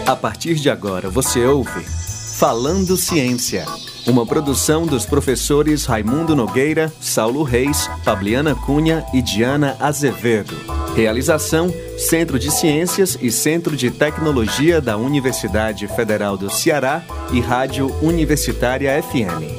A partir de agora você ouve Falando Ciência, uma produção dos professores Raimundo Nogueira, Saulo Reis, Fabiana Cunha e Diana Azevedo. Realização: Centro de Ciências e Centro de Tecnologia da Universidade Federal do Ceará e Rádio Universitária FM.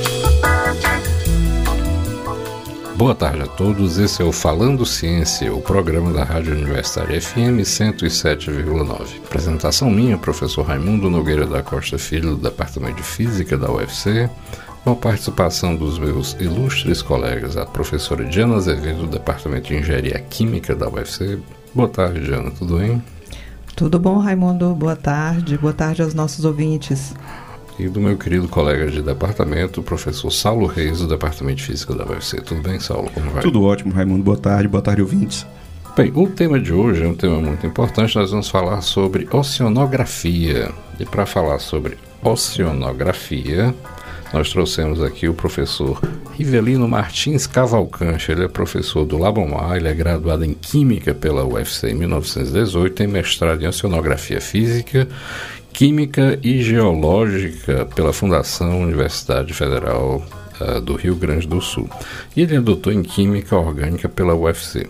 Boa tarde a todos, esse é o Falando Ciência, o programa da Rádio Universitária FM 107,9. Apresentação minha, professor Raimundo Nogueira da Costa Filho, do Departamento de Física da UFC, com a participação dos meus ilustres colegas, a professora Diana Azevedo, do Departamento de Engenharia Química da UFC. Boa tarde, Diana, tudo bem? Tudo bom, Raimundo? Boa tarde aos nossos ouvintes. E do meu querido colega de departamento, o professor Saulo Reis, do Departamento de Física da UFC. Tudo bem, Saulo? Como vai? Tudo ótimo, Raimundo. Boa tarde, ouvintes. Bem, o tema de hoje é um tema muito importante. Nós vamos falar sobre oceanografia. E para falar sobre oceanografia, nós trouxemos aqui o professor Rivelino Martins Cavalcante. Ele é professor do Labomar, ele é graduado em Química pela UFC em 1918, tem mestrado em Oceanografia Física, Química e Geológica pela Fundação Universidade Federal do Rio Grande do Sul. E ele é doutor em Química Orgânica pela UFC.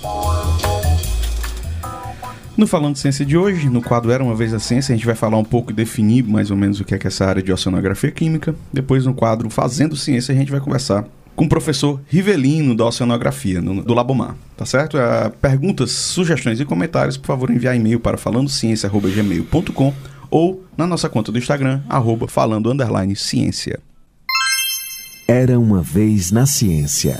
No Falando Ciência de hoje, no quadro Era Uma Vez a Ciência, a gente vai falar um pouco e definir mais ou menos o que é essa área de oceanografia química. Depois, no quadro Fazendo Ciência, a gente vai conversar com o professor Rivelino da Oceanografia, do Labomar, tá certo? Perguntas, sugestões e comentários, por favor, enviar e-mail para falandociência@gmail.com ou na nossa conta do Instagram, @falando_ciência. Era uma vez na ciência.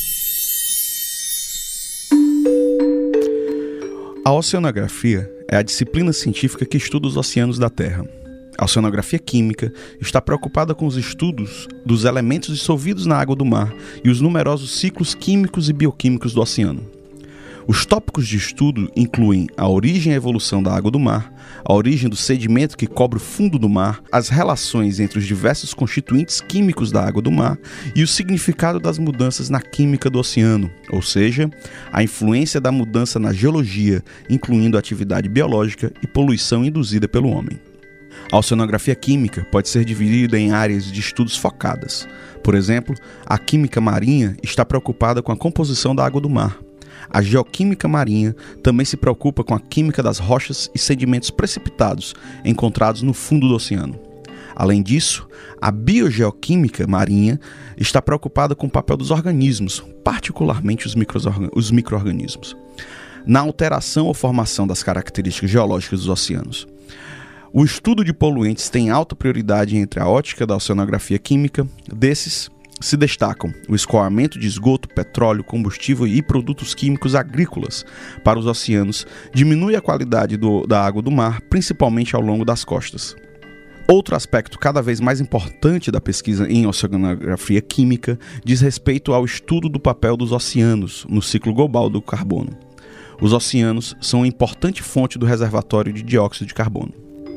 A oceanografia é a disciplina científica que estuda os oceanos da Terra. A oceanografia química está preocupada com os estudos dos elementos dissolvidos na água do mar e os numerosos ciclos químicos e bioquímicos do oceano. Os tópicos de estudo incluem a origem e a evolução da água do mar, a origem do sedimento que cobre o fundo do mar, as relações entre os diversos constituintes químicos da água do mar e o significado das mudanças na química do oceano, ou seja, a influência da mudança na geologia, incluindo a atividade biológica e poluição induzida pelo homem. A oceanografia química pode ser dividida em áreas de estudos focadas. Por exemplo, a química marinha está preocupada com a composição da água do mar. A geoquímica marinha também se preocupa com a química das rochas e sedimentos precipitados encontrados no fundo do oceano. Além disso, a biogeoquímica marinha está preocupada com o papel dos organismos, particularmente os micro-organismos, na alteração ou formação das características geológicas dos oceanos. O estudo de poluentes tem alta prioridade entre a ótica da oceanografia química. Desses se destacam o escoamento de esgoto, petróleo, combustível e produtos químicos agrícolas para os oceanos, diminui a qualidade da água do mar, principalmente ao longo das costas. Outro aspecto cada vez mais importante da pesquisa em oceanografia química diz respeito ao estudo do papel dos oceanos no ciclo global do carbono. Os oceanos são uma importante fonte do reservatório de dióxido de carbono.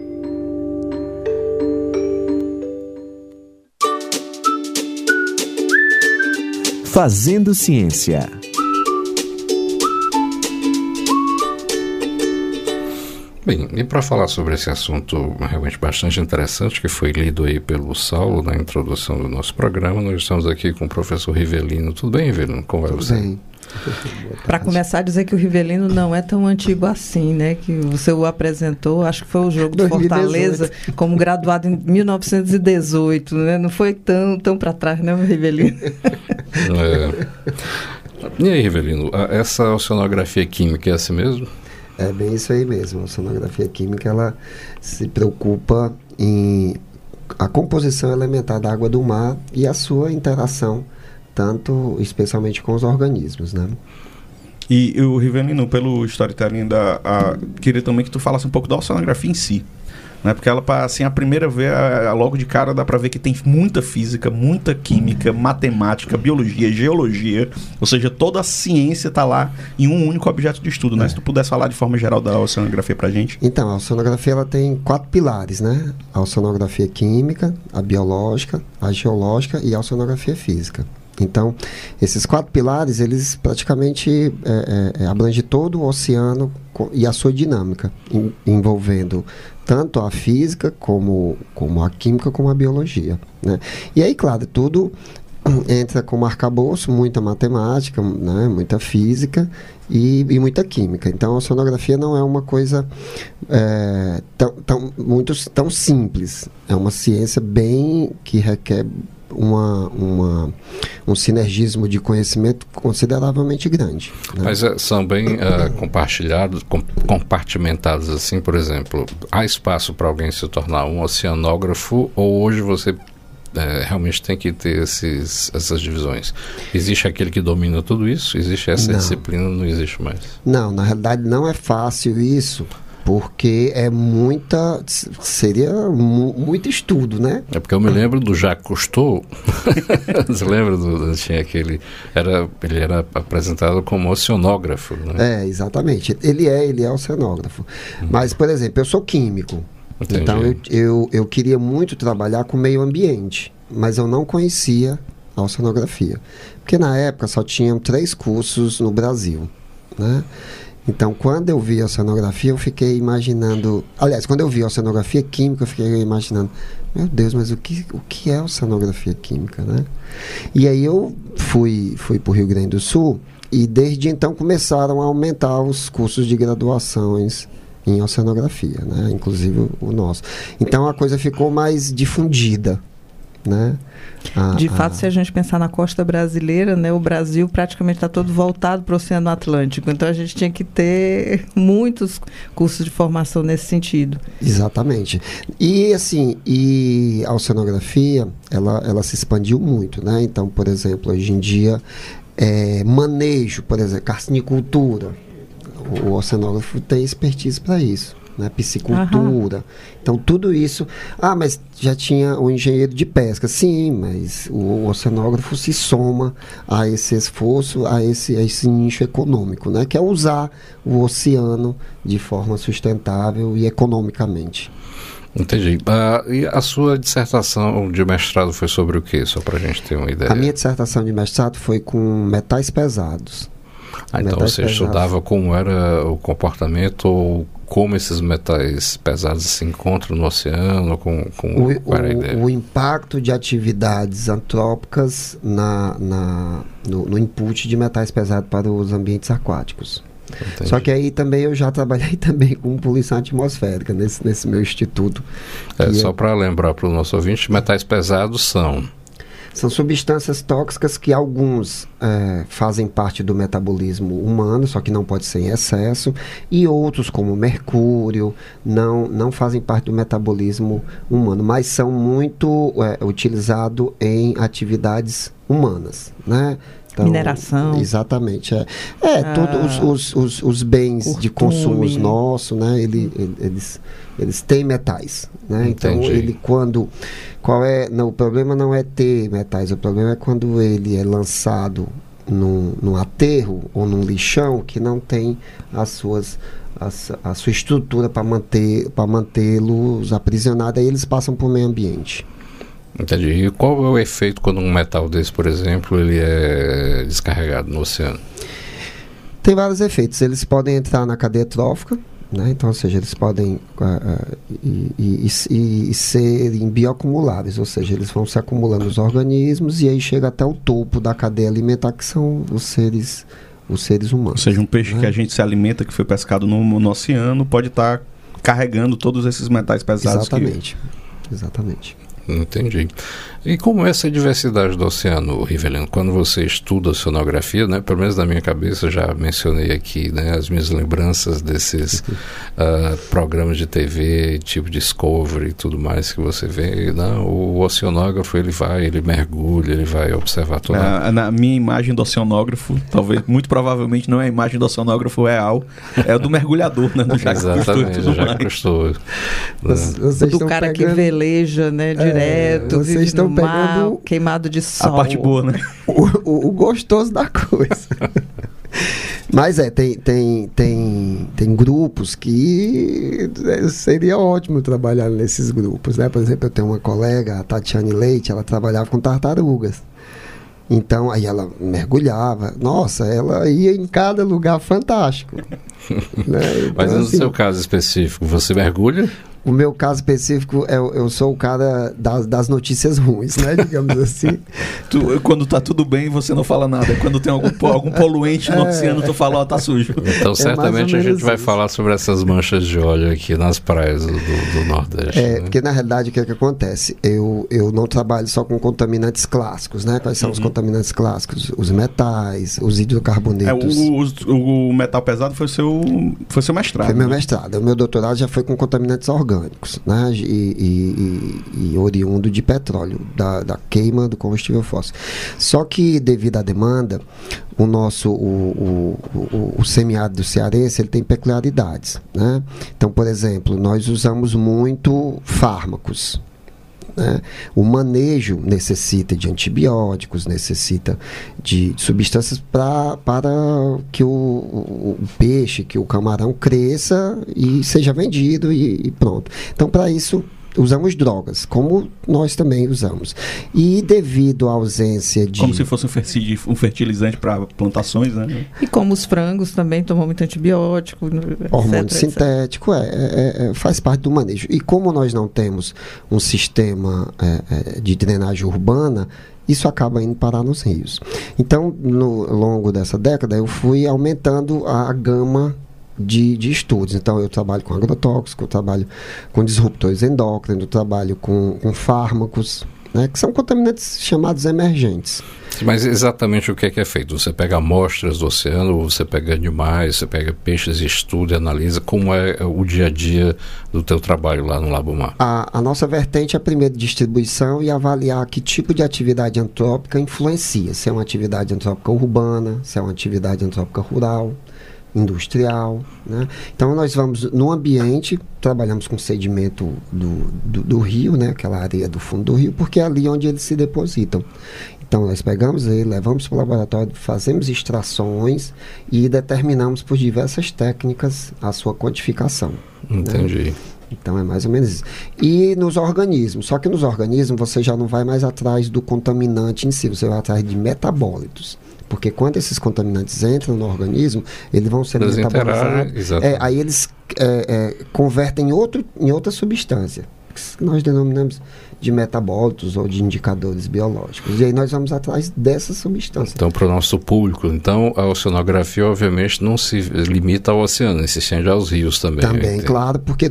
Fazendo Ciência. Bem, e para falar sobre esse assunto realmente bastante interessante, que foi lido aí pelo Saulo na introdução do nosso programa, nós estamos aqui com o professor Rivelino. Tudo bem, Rivelino? Como vai você? Tudo bem. Para começar a dizer que o Rivelino não é tão antigo assim, né? Que você o apresentou, acho que foi o jogo do 2018. Fortaleza, como graduado em 1918, né? Não foi tão para trás, né, o Rivelino? E aí, Rivelino, essa oceanografia química é assim mesmo? É bem isso aí mesmo. A oceanografia química, ela se preocupa em a composição elementar da água do mar e a sua interação, especialmente com os organismos, né? E o Rivelino, pelo storytelling queria também que tu falasse um pouco da oceanografia em si, né? Porque ela, assim, a primeira vez, logo de cara, dá para ver que tem muita física, muita química, matemática, biologia, geologia, ou seja, toda a ciência está lá em um único objeto de estudo, né? Se tu pudesse falar de forma geral da oceanografia pra gente. Então, a oceanografia, ela tem 4 pilares, né? A oceanografia química, a biológica, a geológica e a oceanografia física. Então, esses 4 pilares, eles praticamente abrangem todo o oceano e a sua dinâmica, envolvendo tanto a física como a química, como a biologia, né? E aí, claro, tudo entra como arcabouço, muita matemática, né? Muita física e muita química. Então, a oceanografia não é uma coisa tão simples. É uma ciência bem que requer um sinergismo de conhecimento consideravelmente grande, né? Mas são bem compartilhados, compartimentados assim, por exemplo, há espaço para alguém se tornar um oceanógrafo, ou hoje você realmente tem que ter essas divisões? Existe aquele que domina tudo isso? Existe essa disciplina? Não existe mais? Não, na realidade não é fácil isso, porque seria muito estudo, né? É porque eu me lembro do Jacques Cousteau. Você lembra tinha aquele, ele era apresentado como oceanógrafo, né? Exatamente. Ele é oceanógrafo. Mas, por exemplo, eu sou químico. Entendi. Então eu queria muito trabalhar com meio ambiente, mas eu não conhecia a oceanografia, porque na época só tinham 3 cursos no Brasil, né? Então, quando eu vi a oceanografia, eu fiquei imaginando... Aliás, quando eu vi a oceanografia química, eu fiquei imaginando... Meu Deus, mas o que é oceanografia química, né? E aí eu fui para o Rio Grande do Sul, e desde então começaram a aumentar os cursos de graduações em oceanografia, né? Inclusive o nosso. Então, a coisa ficou mais difundida, né? De fato, se a gente pensar na costa brasileira, né, o Brasil praticamente está todo voltado para o Oceano Atlântico. Então, a gente tinha que ter muitos cursos de formação nesse sentido. Exatamente. E, assim, a oceanografia, ela se expandiu muito, né? Então, por exemplo, hoje em dia, manejo, por exemplo, carcinicultura. O oceanógrafo tem expertise para isso, né? Piscicultura. Então, tudo isso... mas já tinha o engenheiro de pesca. Sim, mas o oceanógrafo se soma a esse esforço, a esse nicho econômico, né? Que é usar o oceano de forma sustentável e economicamente. Entendi. E a sua dissertação de mestrado foi sobre o quê? Só para a gente ter uma ideia. A minha dissertação de mestrado foi com metais pesados. Então você estudava como era o comportamento ou como esses metais pesados se encontram no oceano, qual era a ideia? O impacto de atividades antrópicas no input de metais pesados para os ambientes aquáticos. Entendi. Só que aí também eu já trabalhei também com poluição atmosférica nesse meu instituto. Só para lembrar para o nosso ouvinte, metais pesados são substâncias tóxicas que alguns fazem parte do metabolismo humano, só que não pode ser em excesso, e outros, como mercúrio, não fazem parte do metabolismo humano, mas são muito utilizados em atividades humanas, né? Então, mineração. Exatamente. Todos os bens de consumo nossos, né? Eles têm metais, né? Então, o problema não é ter metais, o problema é quando ele é lançado num aterro ou num lixão que não tem a sua estrutura para mantê-los aprisionados, aí eles passam para o meio ambiente. Entendi. E qual é o efeito quando um metal desse, por exemplo, ele é descarregado no oceano? Tem vários efeitos. Eles podem entrar na cadeia trófica, né? Então, ou seja, eles podem serem bioacumuláveis, ou seja, eles vão se acumulando nos organismos e aí chega até o topo da cadeia alimentar, que são os seres humanos. Ou seja, um peixe, né, que a gente se alimenta, que foi pescado no oceano, pode estar carregando todos esses metais pesados. Exatamente. Entendi. E como é essa diversidade do oceano, Rivelino? Quando você estuda oceanografia, né, pelo menos na minha cabeça, já mencionei aqui, né, as minhas lembranças desses programas de TV, tipo Discovery e tudo mais que você vê, né? O oceanógrafo, ele mergulha, ele vai observar tudo. Na minha imagem do oceanógrafo, talvez, muito provavelmente não é a imagem do oceanógrafo real, é a do mergulhador, né? Exatamente, do Jacques Cousteau. Do cara que veleja, né, direto, vocês estão pegando queimado de sol. A parte boa, né? O gostoso da coisa. Mas tem grupos que seria ótimo trabalhar nesses grupos, né? Por exemplo, eu tenho uma colega, a Tatiane Leite, ela trabalhava com tartarugas. Então, aí ela mergulhava. Nossa, ela ia em cada lugar fantástico. Né? Então, mas no seu caso específico, você mergulha? O meu caso específico, eu sou o cara das notícias ruins, né? Digamos assim. Quando tá tudo bem, você não fala nada. Quando tem algum poluente no oceano, tu fala, ó, tá sujo. Então, certamente a gente vai falar sobre essas manchas de óleo aqui nas praias do Nordeste. Né? Porque, na realidade, o que acontece? Eu não trabalho só com contaminantes clássicos, né? Quais são os contaminantes clássicos? Os metais, os hidrocarbonetos. O metal pesado foi seu mestrado. Foi meu mestrado. O meu doutorado já foi com contaminantes orgânicos, né? E oriundo de petróleo, da queima do combustível fóssil. Só que, devido à demanda, o semiárido cearense, ele tem peculiaridades, né? Então, por exemplo, nós usamos muito fármacos, né? O manejo necessita de antibióticos, necessita de substâncias para que o peixe, que o camarão cresça e seja vendido e pronto. Então, para isso, usamos drogas, como nós também usamos. E devido à ausência de... Como se fosse um fertilizante para plantações, né? E como os frangos também tomam muito antibiótico, hormônio sintético, faz parte do manejo. E como nós não temos um sistema de drenagem urbana, isso acaba indo parar nos rios. Então, no longo dessa década, eu fui aumentando a gama de estudos. Então, eu trabalho com agrotóxico, eu trabalho com disruptores endócrinos, eu trabalho com fármacos, né, que são contaminantes chamados emergentes. Mas exatamente o que é feito? Você pega amostras do oceano, você pega animais, você pega peixes, estuda e analisa. Como é o dia a dia do teu trabalho lá no Labomar? A nossa vertente é a primeira distribuição e avaliar que tipo de atividade antrópica influencia. Se é uma atividade antrópica urbana, se é uma atividade antrópica rural, industrial, né? Então nós vamos no ambiente, trabalhamos com sedimento do rio, né? Aquela areia do fundo do rio, porque é ali onde eles se depositam. Então nós pegamos ele, levamos para o laboratório, fazemos extrações e determinamos por diversas técnicas a sua quantificação. Entendi. Né? Então é mais ou menos isso. E nos organismos, só que nos organismos você já não vai mais atrás do contaminante em si, você vai atrás de metabólitos. Porque quando esses contaminantes entram no organismo, eles vão ser metabolizados. Aí eles convertem em outra substância, que nós denominamos de metabólitos ou de indicadores biológicos. E aí nós vamos atrás dessa substância. Então, para o nosso público, então, a oceanografia, obviamente, não se limita ao oceano, se estende aos rios também. Também, claro, porque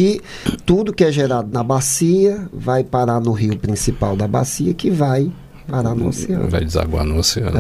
tudo que é gerado na bacia vai parar no rio principal da bacia, que vai parar no oceano. Vai desaguar no oceano.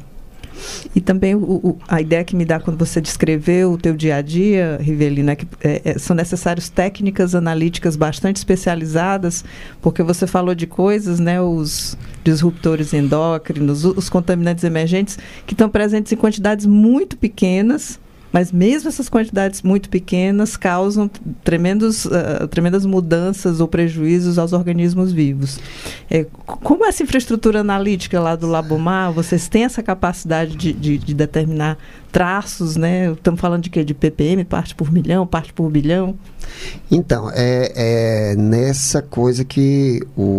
E também a ideia que me dá quando você descreveu o teu dia a dia, Rivelino, é que são necessárias técnicas analíticas bastante especializadas, porque você falou de coisas, né, os disruptores endócrinos, os contaminantes emergentes, que estão presentes em quantidades muito pequenas, mas mesmo essas quantidades muito pequenas causam tremendas mudanças ou prejuízos aos organismos vivos. Como essa infraestrutura analítica lá do Labomar, vocês têm essa capacidade de determinar traços, né? Estamos falando de quê? De ppm, parte por milhão, parte por bilhão? Então, é nessa coisa que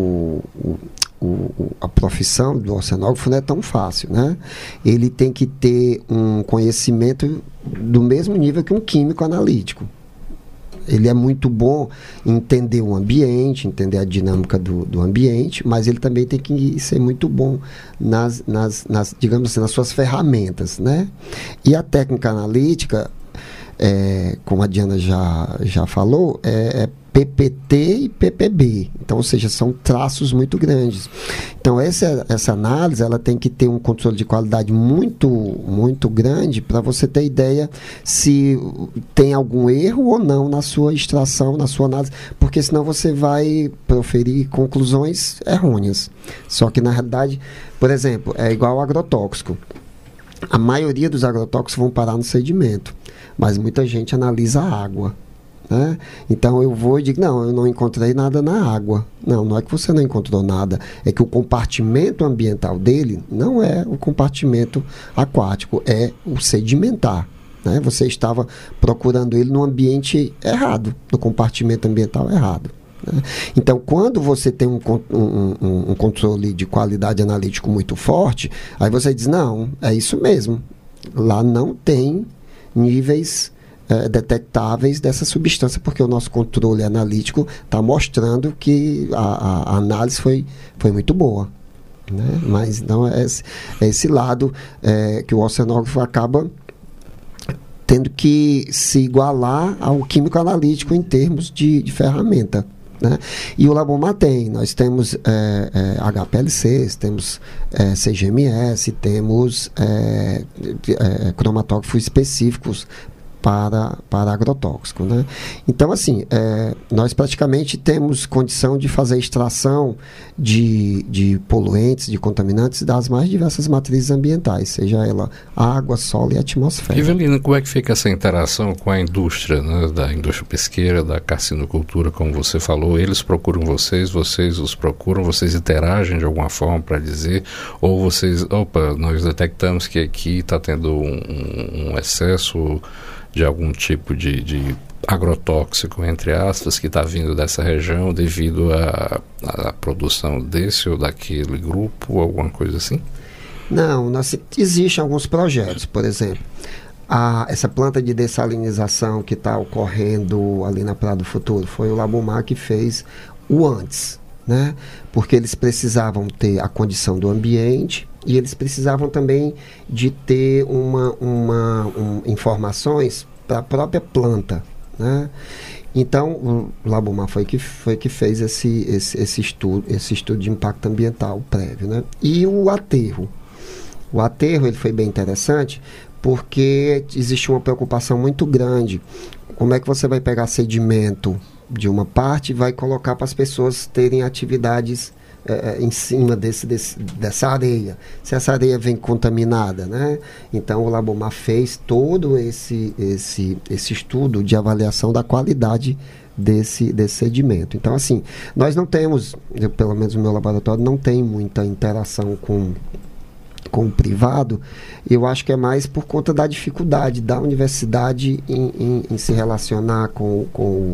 a profissão do oceanógrafo não é tão fácil, né? Ele tem que ter um conhecimento do mesmo nível que um químico analítico. Ele é muito bom em entender o ambiente, entender a dinâmica do ambiente, mas ele também tem que ser muito bom digamos assim, nas suas ferramentas, né? E a técnica analítica, como a Diana já falou, é PPT e PPB, então, ou seja, são traços muito grandes. Então, essa análise, ela tem que ter um controle de qualidade muito, muito grande para você ter ideia se tem algum erro ou não na sua extração, na sua análise, porque senão você vai proferir conclusões errôneas. Só que, na realidade, por exemplo, é igual ao agrotóxico. A maioria dos agrotóxicos vão parar no sedimento, mas muita gente analisa a água. Né? Então eu vou e digo, não, eu não encontrei nada na água. Não é que você não encontrou nada, é que o compartimento ambiental dele não é o compartimento aquático, é o sedimentar, né? Você estava procurando ele no ambiente errado, no compartimento ambiental errado, né? Então, quando você tem um controle de qualidade analítico muito forte, aí você diz, não, é isso mesmo, lá não tem níveis detectáveis dessa substância, porque o nosso controle analítico está mostrando que a análise foi muito boa, né? Mas não é esse lado que o oceanógrafo acaba tendo que se igualar ao químico analítico em termos de ferramenta, né? E o Labomar nós temos HPLCs, temos CGMS, temos cromatógrafos específicos para agrotóxico, né? Então, assim, nós praticamente temos condição de fazer extração de poluentes, de contaminantes das mais diversas matrizes ambientais, seja ela água, solo e atmosfera. Rivelino, como é que fica essa interação com a indústria, né, da indústria pesqueira, da carcinocultura, como você falou? Eles procuram vocês os procuram, vocês interagem de alguma forma para dizer, ou vocês, nós detectamos que aqui está tendo um excesso de algum tipo de agrotóxico, entre aspas, que está vindo dessa região devido à produção desse ou daquele grupo, alguma coisa assim? Não, existem alguns projetos, por exemplo, essa planta de dessalinização que está ocorrendo ali na Praia do Futuro, foi o Labomar que fez o antes, né? Porque eles precisavam ter a condição do ambiente e eles precisavam também de ter informações para a própria planta, né? Então, o Labomar foi que fez esse estudo de impacto ambiental prévio, né? E o aterro ele foi bem interessante porque existe uma preocupação muito grande. Como é que você vai pegar sedimento de uma parte e vai colocar para as pessoas terem atividades em cima dessa areia, se essa areia vem contaminada, né? Então o Labomar fez todo esse estudo de avaliação da qualidade desse sedimento. Então, assim, nós não temos, pelo menos no meu laboratório, não tem muita interação com o privado. Eu acho que é mais por conta da dificuldade da universidade em se relacionar com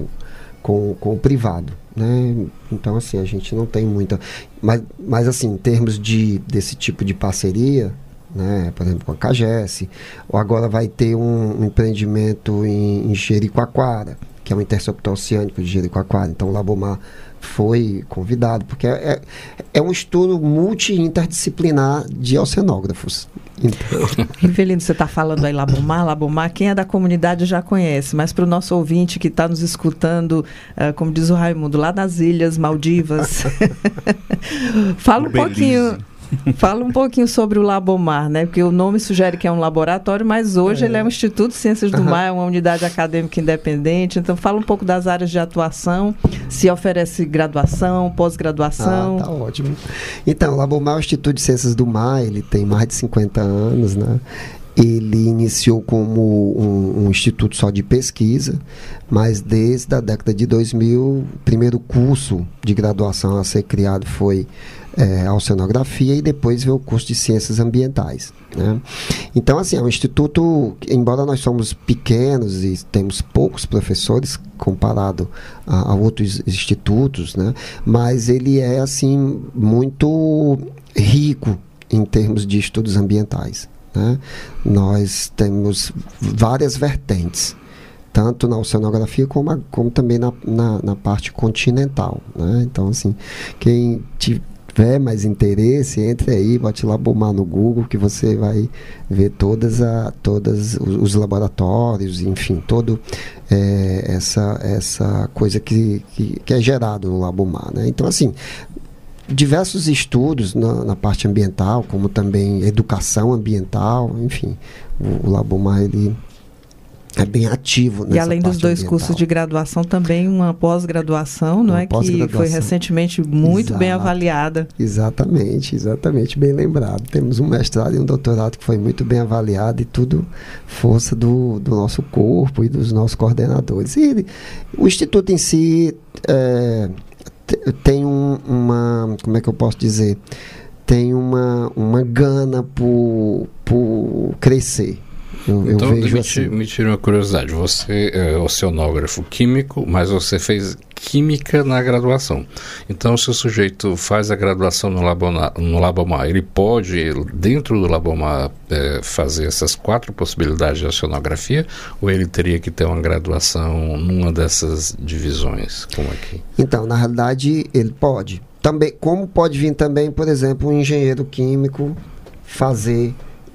o privado, né? Então, assim, a gente não tem muita... Mas assim, em termos desse tipo de parceria, né, por exemplo, com a CAGES, ou agora vai ter um empreendimento em Jericoacoara, que é um interceptor oceânico de Jericoacoara. Então, o Labomar foi convidado, porque é um estudo multi-interdisciplinar de oceanógrafos. Então... Rivelino, você está falando aí Labomar, quem é da comunidade já conhece, mas para o nosso ouvinte que está nos escutando, como diz o Raimundo, lá nas Ilhas Maldivas, fala um pouquinho sobre o Labomar, né? Porque o nome sugere que é um laboratório, mas hoje ele é um Instituto de Ciências do Mar, é uma unidade acadêmica independente. Então, fala um pouco das áreas de atuação, se oferece graduação, pós-graduação. Tá ótimo. Então, o Labomar é o Instituto de Ciências do Mar, ele tem mais de 50 anos, né? Ele iniciou como um instituto só de pesquisa, mas desde a década de 2000, o primeiro curso de graduação a ser criado foi a oceanografia e depois veio o curso de ciências ambientais, né? Então, assim, é um instituto, embora nós somos pequenos e temos poucos professores comparado a outros institutos, né? Mas ele é, assim, muito rico em termos de estudos ambientais, né? Nós temos várias vertentes, tanto na oceanografia como também na parte continental, né? Então, assim, quem tiver mais interesse, entre aí, bote Labomar no Google, que você vai ver todos os laboratórios, enfim, essa coisa que é gerado no Labomar, né? Então, assim, diversos estudos na parte ambiental, como também educação ambiental, enfim, o Labomar, ele é bem ativo nessa. E além dos dois ambiental. Cursos de graduação, também uma pós-graduação, não é? Que foi recentemente muito bem avaliada. Exatamente, bem lembrado. Temos um mestrado e um doutorado que foi muito bem avaliado, e tudo força do nosso corpo e dos nossos coordenadores. E o Instituto em si tem como é que eu posso dizer? Tem uma gana por crescer. Então, vejo assim. Me tira uma curiosidade. Você é oceanógrafo químico, mas você fez química na graduação. Então, se o sujeito faz a graduação no Labomar, ele pode, dentro do Labomar, fazer essas 4 possibilidades de oceanografia, ou ele teria que ter uma graduação numa dessas divisões, como aqui? Então, na realidade, ele pode. Também, como pode vir também, por exemplo, um engenheiro químico fazer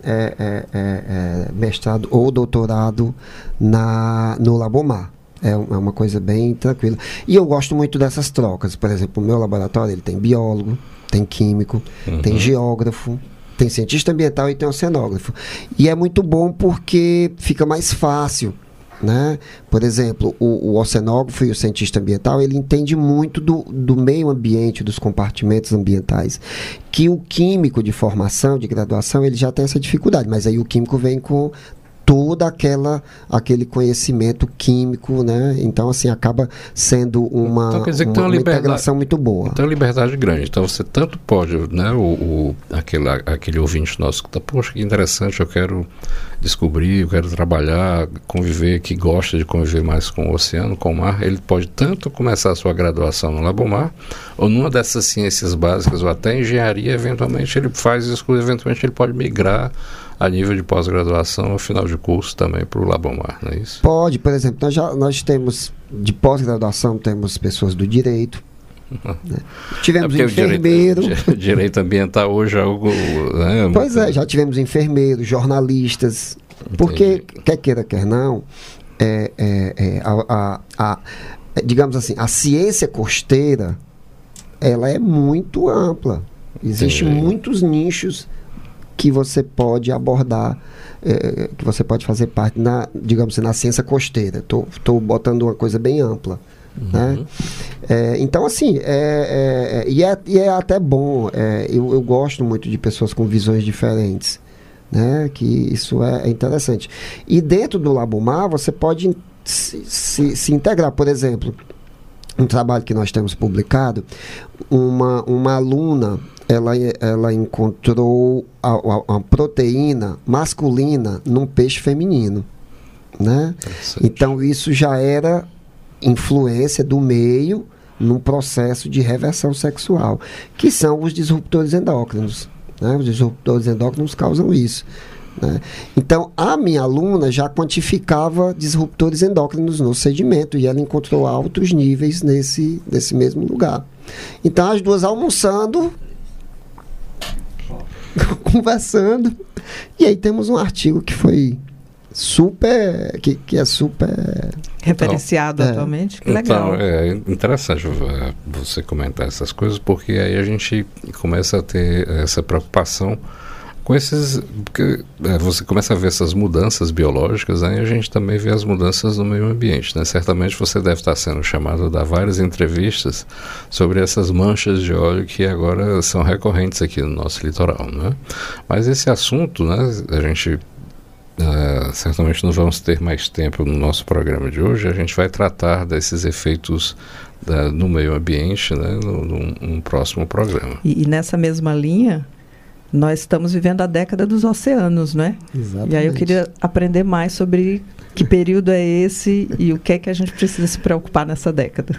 mestrado ou doutorado no Labomar. É uma coisa bem tranquila. E eu gosto muito dessas trocas. Por exemplo, o meu laboratório, ele tem biólogo, tem químico, tem geógrafo, tem cientista ambiental e tem oceanógrafo. E é muito bom porque fica mais fácil, né? Por exemplo, o oceanógrafo e o cientista ambiental, ele entende muito do meio ambiente, dos compartimentos ambientais, que o químico de formação, de graduação, ele já tem essa dificuldade, mas aí o químico vem com todo aquele conhecimento químico, né? Então, assim, acaba sendo uma integração muito boa. Então, liberdade grande. Então, você tanto pode, né, aquele ouvinte nosso que está, poxa, que interessante, eu quero descobrir, eu quero trabalhar, conviver, que gosta de conviver mais com o oceano, com o mar, ele pode tanto começar a sua graduação no Labomar, ou numa dessas ciências básicas, ou até engenharia, eventualmente ele faz isso, eventualmente ele pode migrar a nível de pós-graduação, ao final de curso também para o Labomar, não é isso? Pode, por exemplo, nós temos, de pós-graduação, temos pessoas do direito, né? Tivemos enfermeiro. Direito ambiental hoje é algo... Né, pois já tivemos enfermeiros, jornalistas, porque, quer queira, quer não, digamos assim, a ciência costeira, ela é muito ampla. Existem muitos nichos que você pode abordar, que você pode fazer parte, digamos assim, na ciência costeira. Estou botando uma coisa bem ampla. Né? Então, assim, e é até bom. Eu gosto muito de pessoas com visões diferentes, né? Que isso é interessante. E dentro do Labomar, você pode se integrar. Por exemplo, um trabalho que nós temos publicado, uma aluna, ela encontrou a proteína masculina num peixe feminino, né? Então isso já era influência do meio num processo de reversão sexual, que são os disruptores endócrinos, né? Os disruptores endócrinos causam isso, né? Então a minha aluna já quantificava disruptores endócrinos no sedimento e ela encontrou altos níveis nesse mesmo lugar. Então as duas almoçando, conversando, e aí temos um artigo que foi super, que é super referenciado atualmente. Que legal. Então, é interessante você comentar essas coisas, porque aí a gente começa a ter essa preocupação com esses, porque você começa a ver essas mudanças biológicas, aí a gente também vê as mudanças no meio ambiente, né? Certamente você deve estar sendo chamado a dar várias entrevistas sobre essas manchas de óleo que agora são recorrentes aqui no nosso litoral, né? Mas esse assunto, né, a gente certamente não vamos ter mais tempo no nosso programa de hoje, a gente vai tratar desses efeitos no meio ambiente, né, num próximo programa. E nessa mesma linha, nós estamos vivendo a década dos oceanos, né? Exatamente. E aí eu queria aprender mais sobre que período é esse e o que é que a gente precisa se preocupar nessa década.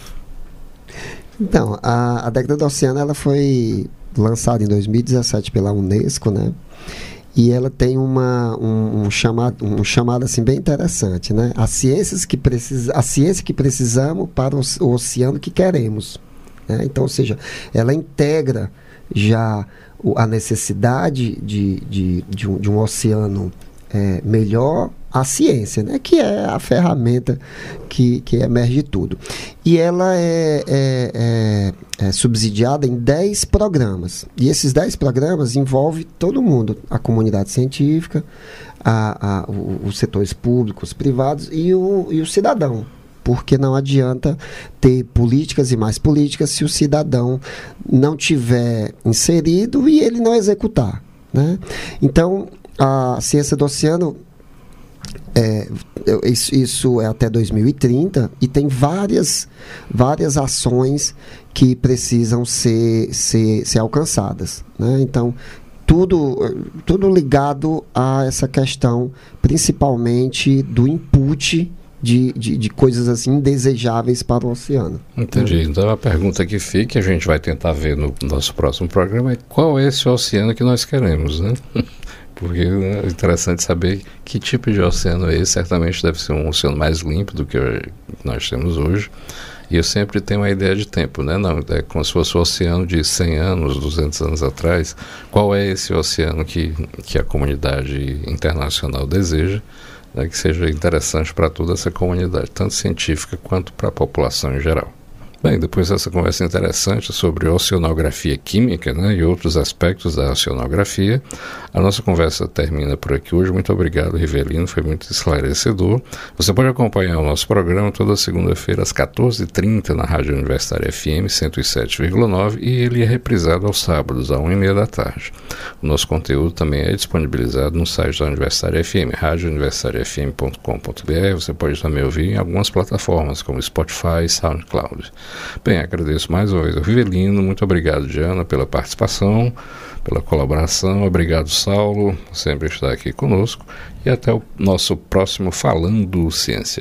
Então, a década do oceano, ela foi lançada em 2017 pela Unesco, né? E ela tem um chamado assim bem interessante, né? A ciência que precisamos para o oceano que queremos, né? Então, ou seja, ela integra já a necessidade de um oceano melhor, a ciência, né? Que é a ferramenta que emerge de tudo. E ela é subsidiada em 10 programas. E esses 10 programas envolvem todo mundo, a comunidade científica, os setores públicos, privados e o cidadão. Porque não adianta ter políticas e mais políticas se o cidadão não tiver inserido e ele não executar, né? Então, a ciência do oceano, isso é até 2030 e tem várias ações que precisam ser alcançadas, né? Então, tudo ligado a essa questão, principalmente do input de coisas assim indesejáveis para o oceano. Entendi. Então a pergunta que fica, a gente vai tentar ver no nosso próximo programa, é qual é esse oceano que nós queremos, né? Porque é interessante saber que tipo de oceano é esse. Certamente deve ser um oceano mais limpo do que nós temos hoje. E eu sempre tenho uma ideia de tempo, né? Não, é como se fosse o oceano de 100 anos, 200 anos atrás. Qual é esse oceano que a comunidade internacional deseja, né, que seja interessante para toda essa comunidade, tanto científica quanto para a população em geral? Bem, depois dessa conversa interessante sobre oceanografia química, né, e outros aspectos da oceanografia, a nossa conversa termina por aqui hoje. Muito obrigado, Rivelino, foi muito esclarecedor. Você pode acompanhar o nosso programa toda segunda-feira às 14h30 na Rádio Universitária FM 107,9 e ele é reprisado aos sábados às 1h30 da tarde. O nosso conteúdo também é disponibilizado no site da Universitária FM, radiouniversitariafm.com.br. Você pode também ouvir em algumas plataformas como Spotify e SoundCloud. Bem, agradeço mais uma vez ao Rivelino. Muito obrigado, Diana, pela participação, pela colaboração. Obrigado, Saulo, por sempre estar aqui conosco. E até o nosso próximo Falando Ciência.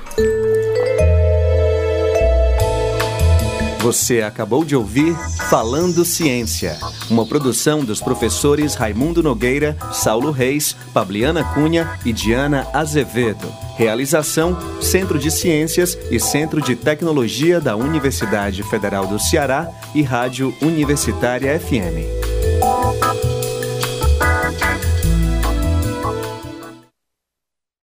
Você acabou de ouvir Falando Ciência, uma produção dos professores Raimundo Nogueira, Saulo Reis, Fabiana Cunha e Diana Azevedo. Realização: Centro de Ciências e Centro de Tecnologia da Universidade Federal do Ceará e Rádio Universitária FM.